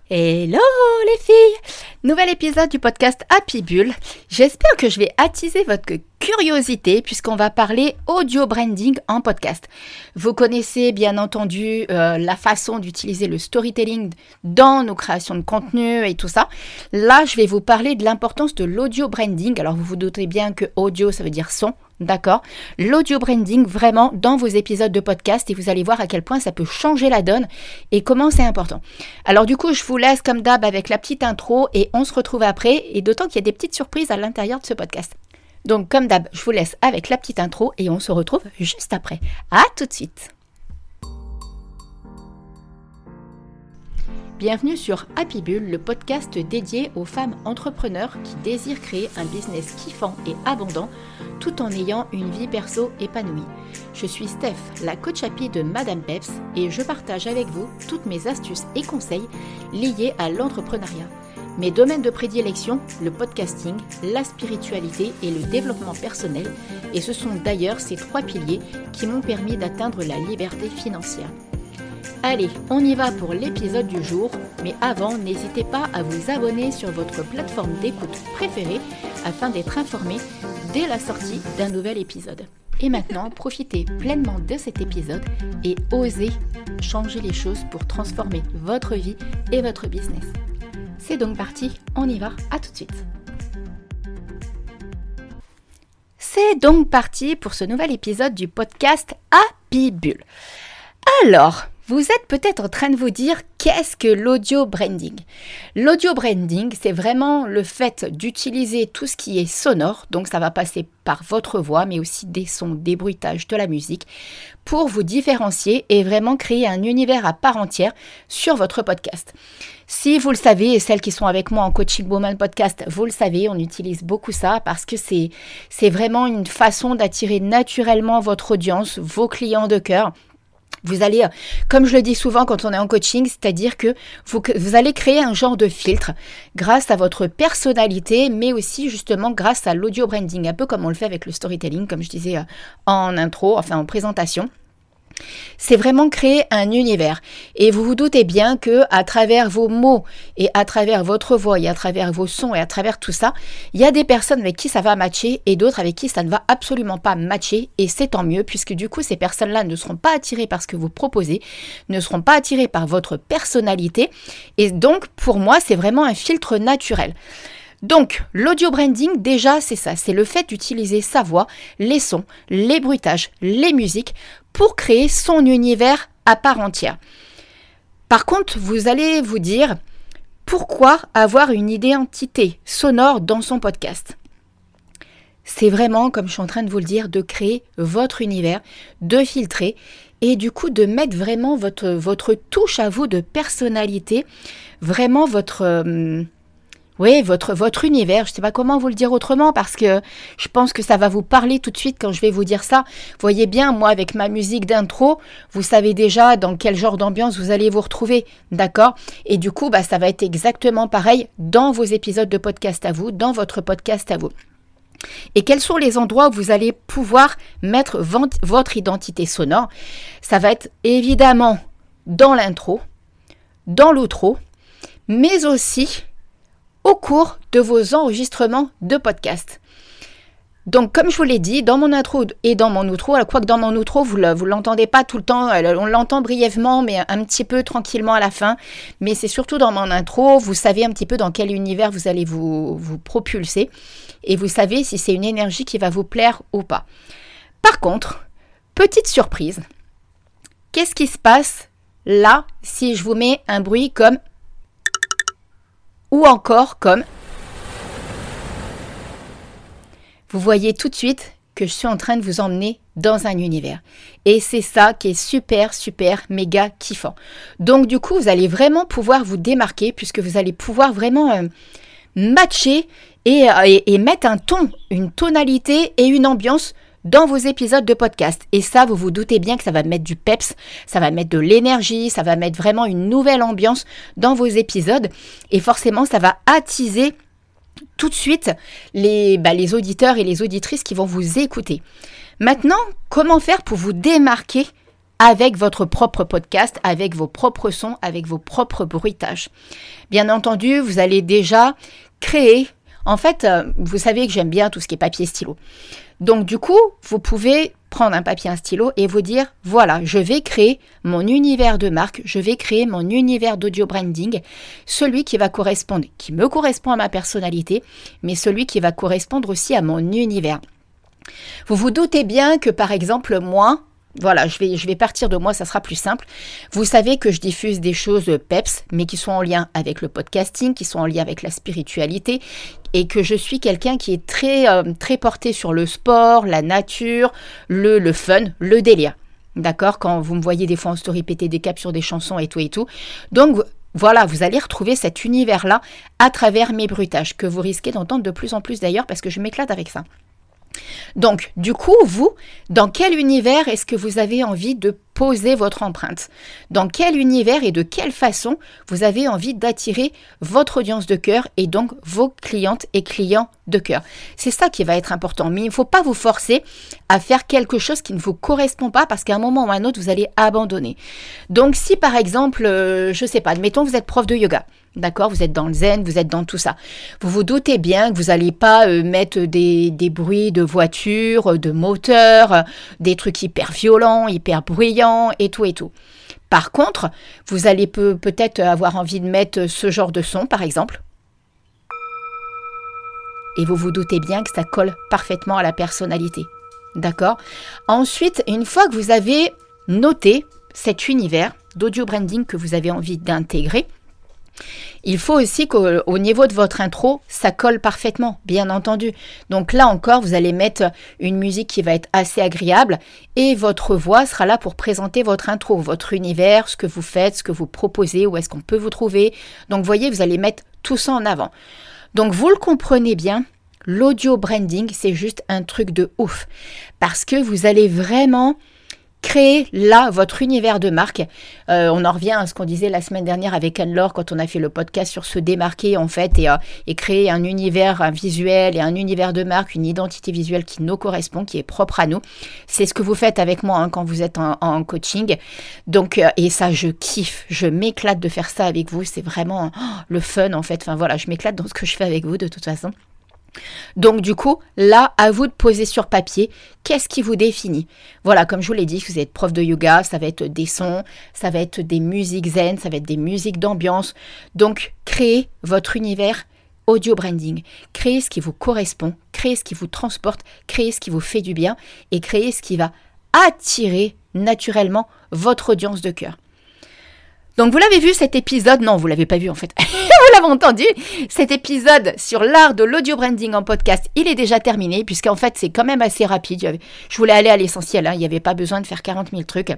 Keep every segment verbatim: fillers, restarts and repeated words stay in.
Hello les filles! Nouvel épisode du podcast Happy Bull. J'espère que je vais attiser votre curiosité puisqu'on va parler audio branding en podcast. Vous connaissez bien entendu euh, la façon d'utiliser le storytelling dans nos créations de contenu et tout ça. Là, je vais vous parler de l'importance de l'audio branding. Alors, vous vous doutez bien que audio, ça veut dire son. D'accord. L'audio branding vraiment dans vos épisodes de podcast et vous allez voir à quel point ça peut changer la donne et comment c'est important. Alors du coup, je vous laisse comme d'hab avec la petite intro et on se retrouve après et d'autant qu'il y a des petites surprises à l'intérieur de ce podcast. Donc comme d'hab, je vous laisse avec la petite intro et on se retrouve juste après. À tout de suite. Bienvenue sur Happy Bull, le podcast dédié aux femmes entrepreneurs qui désirent créer un business kiffant et abondant tout en ayant une vie perso épanouie. Je suis Steph, la coach happy de Madame Peps et je partage avec vous toutes mes astuces et conseils liés à l'entrepreneuriat. Mes domaines de prédilection, le podcasting, la spiritualité et le développement personnel et ce sont d'ailleurs ces trois piliers qui m'ont permis d'atteindre la liberté financière. Allez, on y va pour l'épisode du jour, mais avant, n'hésitez pas à vous abonner sur votre plateforme d'écoute préférée afin d'être informé dès la sortie d'un nouvel épisode. Et maintenant, profitez pleinement de cet épisode et osez changer les choses pour transformer votre vie et votre business. C'est donc parti, on y va, à tout de suite. C'est donc parti pour ce nouvel épisode du podcast Happy Bull. Alors, vous êtes peut-être en train de vous dire qu'est-ce que l'audio branding ? L'audio branding, c'est vraiment le fait d'utiliser tout ce qui est sonore, donc ça va passer par votre voix, mais aussi des sons, des bruitages, de la musique, pour vous différencier et vraiment créer un univers à part entière sur votre podcast. Si vous le savez, et celles qui sont avec moi en Coaching Woman Podcast, vous le savez, on utilise beaucoup ça parce que c'est, c'est vraiment une façon d'attirer naturellement votre audience, vos clients de cœur. Vous allez, comme je le dis souvent quand on est en coaching, c'est-à-dire que vous, vous allez créer un genre de filtre grâce à votre personnalité, mais aussi justement grâce à l'audio branding, un peu comme on le fait avec le storytelling, comme je disais en intro, enfin en présentation. C'est vraiment créer un univers et vous vous doutez bien que à travers vos mots et à travers votre voix et à travers vos sons et à travers tout ça, il y a des personnes avec qui ça va matcher et d'autres avec qui ça ne va absolument pas matcher et c'est tant mieux puisque du coup ces personnes-là ne seront pas attirées par ce que vous proposez, ne seront pas attirées par votre personnalité et donc pour moi c'est vraiment un filtre naturel. Donc, l'audio branding, déjà, c'est ça, c'est le fait d'utiliser sa voix, les sons, les bruitages, les musiques pour créer son univers à part entière. Par contre, vous allez vous dire, pourquoi avoir une identité sonore dans son podcast ? C'est vraiment, comme je suis en train de vous le dire, de créer votre univers, de filtrer et du coup de mettre vraiment votre, votre touche à vous de personnalité, vraiment votre... Euh, Oui, votre, votre univers, je ne sais pas comment vous le dire autrement parce que je pense que ça va vous parler tout de suite quand je vais vous dire ça. Vous voyez bien, moi avec ma musique d'intro, vous savez déjà dans quel genre d'ambiance vous allez vous retrouver, d'accord ? Et du coup, bah, ça va être exactement pareil dans vos épisodes de podcast à vous, dans votre podcast à vous. Et quels sont les endroits où vous allez pouvoir mettre votre identité sonore ? Ça va être évidemment dans l'intro, dans l'outro, mais aussi au cours de vos enregistrements de podcast. Donc, comme je vous l'ai dit, dans mon intro et dans mon outro, alors quoique dans mon outro, vous ne l'entendez pas tout le temps, on l'entend brièvement, mais un petit peu tranquillement à la fin. Mais c'est surtout dans mon intro, vous savez un petit peu dans quel univers vous allez vous, vous propulser et vous savez si c'est une énergie qui va vous plaire ou pas. Par contre, petite surprise, qu'est-ce qui se passe là si je vous mets un bruit comme ou encore comme... Vous voyez tout de suite que je suis en train de vous emmener dans un univers. Et c'est ça qui est super, super, méga kiffant. Donc du coup, vous allez vraiment pouvoir vous démarquer puisque vous allez pouvoir vraiment euh, matcher et, et, et mettre un ton, une tonalité et une ambiance dans vos épisodes de podcast. Et ça, vous vous doutez bien que ça va mettre du peps, ça va mettre de l'énergie, ça va mettre vraiment une nouvelle ambiance dans vos épisodes. Et forcément, ça va attiser tout de suite les, bah, les auditeurs et les auditrices qui vont vous écouter. Maintenant, comment faire pour vous démarquer avec votre propre podcast, avec vos propres sons, avec vos propres bruitages. Bien entendu, vous allez déjà créer, en fait, euh, vous savez que j'aime bien tout ce qui est papier stylo. Donc du coup, vous pouvez prendre un papier, un stylo et vous dire, voilà, je vais créer mon univers de marque, je vais créer mon univers d'audio branding, celui qui va correspondre, qui me correspond à ma personnalité, mais celui qui va correspondre aussi à mon univers. Vous vous doutez bien que par exemple, moi, voilà, je vais, je vais partir de moi, ça sera plus simple. Vous savez que je diffuse des choses peps, mais qui sont en lien avec le podcasting, qui sont en lien avec la spiritualité, et que je suis quelqu'un qui est très, euh, très porté sur le sport, la nature, le, le fun, le délire. D'accord ? Quand vous me voyez des fois en story péter des caps sur des chansons et tout et tout. Donc, voilà, vous allez retrouver cet univers-là à travers mes bruitages, que vous risquez d'entendre de plus en plus d'ailleurs, parce que je m'éclate avec ça. Donc, du coup, vous, dans quel univers est-ce que vous avez envie de poser votre empreinte ? Dans quel univers et de quelle façon vous avez envie d'attirer votre audience de cœur et donc vos clientes et clients de cœur ? C'est ça qui va être important. Mais il ne faut pas vous forcer à faire quelque chose qui ne vous correspond pas parce qu'à un moment ou à un autre, vous allez abandonner. Donc, si par exemple, euh, je ne sais pas, admettons que vous êtes prof de yoga. D'accord, vous êtes dans le zen, vous êtes dans tout ça. Vous vous doutez bien que vous n'allez pas euh, mettre des, des bruits de voiture, de moteur, euh, des trucs hyper violents, hyper bruyants et tout et tout. Par contre, vous allez peut, peut-être avoir envie de mettre ce genre de son, par exemple. Et vous vous doutez bien que ça colle parfaitement à la personnalité. D'accord ? Ensuite, une fois que vous avez noté cet univers d'audio branding que vous avez envie d'intégrer, il faut aussi qu'au au niveau de votre intro, ça colle parfaitement, bien entendu. Donc là encore, vous allez mettre une musique qui va être assez agréable et votre voix sera là pour présenter votre intro, votre univers, ce que vous faites, ce que vous proposez, où est-ce qu'on peut vous trouver. Donc vous voyez, vous allez mettre tout ça en avant. Donc vous le comprenez bien, l'audio branding, c'est juste un truc de ouf parce que vous allez vraiment créer là votre univers de marque. Euh, on en revient à ce qu'on disait la semaine dernière avec Anne-Laure quand on a fait le podcast sur se démarquer en fait et, euh, et créer un univers un visuel et un univers de marque, une identité visuelle qui nous correspond, qui est propre à nous. C'est ce que vous faites avec moi hein, quand vous êtes en, en coaching. Donc, euh, et ça, je kiffe. Je m'éclate de faire ça avec vous. C'est vraiment oh, le fun en fait. Enfin voilà, je m'éclate dans ce que je fais avec vous de toute façon. Donc du coup, là, à vous de poser sur papier, qu'est-ce qui vous définit ? Voilà, comme je vous l'ai dit, vous êtes prof de yoga, ça va être des sons, ça va être des musiques zen, ça va être des musiques d'ambiance. Donc, créez votre univers audio branding. Créez ce qui vous correspond, créez ce qui vous transporte, créez ce qui vous fait du bien et créez ce qui va attirer naturellement votre audience de cœur. Donc vous l'avez vu cet épisode, non vous l'avez pas vu en fait, vous l'avez entendu, cet épisode sur l'art de l'audio branding en podcast, il est déjà terminé puisqu'en fait c'est quand même assez rapide, je voulais aller à l'essentiel, hein, il n'y avait pas besoin de faire quarante mille trucs.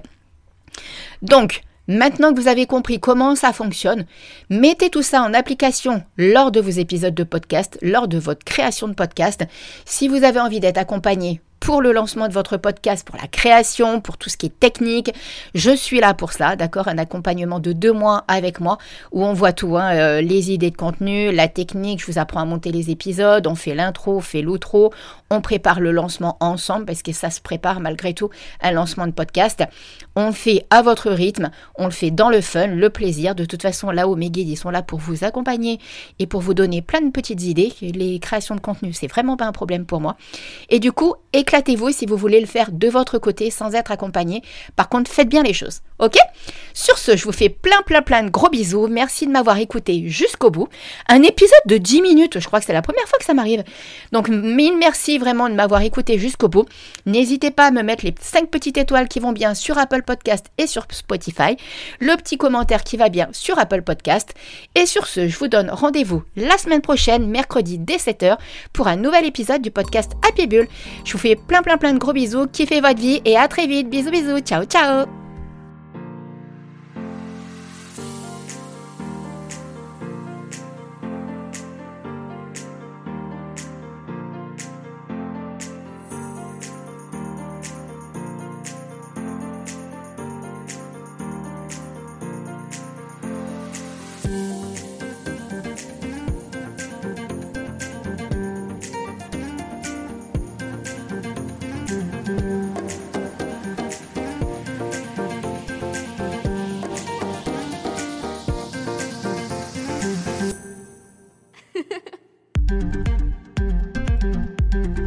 Donc maintenant que vous avez compris comment ça fonctionne, mettez tout ça en application lors de vos épisodes de podcast, lors de votre création de podcast. Si vous avez envie d'être accompagné pour le lancement de votre podcast, pour la création, pour tout ce qui est technique, je suis là pour ça, d'accord ? Un accompagnement de deux mois avec moi où on voit tout, hein, euh, les idées de contenu, la technique, je vous apprends à monter les épisodes, on fait l'intro, on fait l'outro, on prépare le lancement ensemble parce que ça se prépare malgré tout un lancement de podcast. On le fait à votre rythme, on le fait dans le fun, le plaisir. De toute façon, là où mes guides, ils sont là pour vous accompagner et pour vous donner plein de petites idées. Les créations de contenu, c'est vraiment pas un problème pour moi. Et du coup, éclatez-vous si vous voulez le faire de votre côté sans être accompagné. Par contre, faites bien les choses, ok ? Sur ce, je vous fais plein, plein, plein de gros bisous. Merci de m'avoir écouté jusqu'au bout. Un épisode de dix minutes, je crois que c'est la première fois que ça m'arrive. Donc, mille merci vraiment de m'avoir écouté jusqu'au bout. N'hésitez pas à me mettre les cinq petites étoiles qui vont bien sur Apple Podcast et sur Spotify. Le petit commentaire qui va bien sur Apple Podcast. Et sur ce, je vous donne rendez-vous la semaine prochaine, mercredi dès sept heures, pour un nouvel épisode du podcast Happy Bull. Je vous fais plein plein plein de gros bisous, kiffez votre vie et à très vite. Bisous bisous, ciao ciao.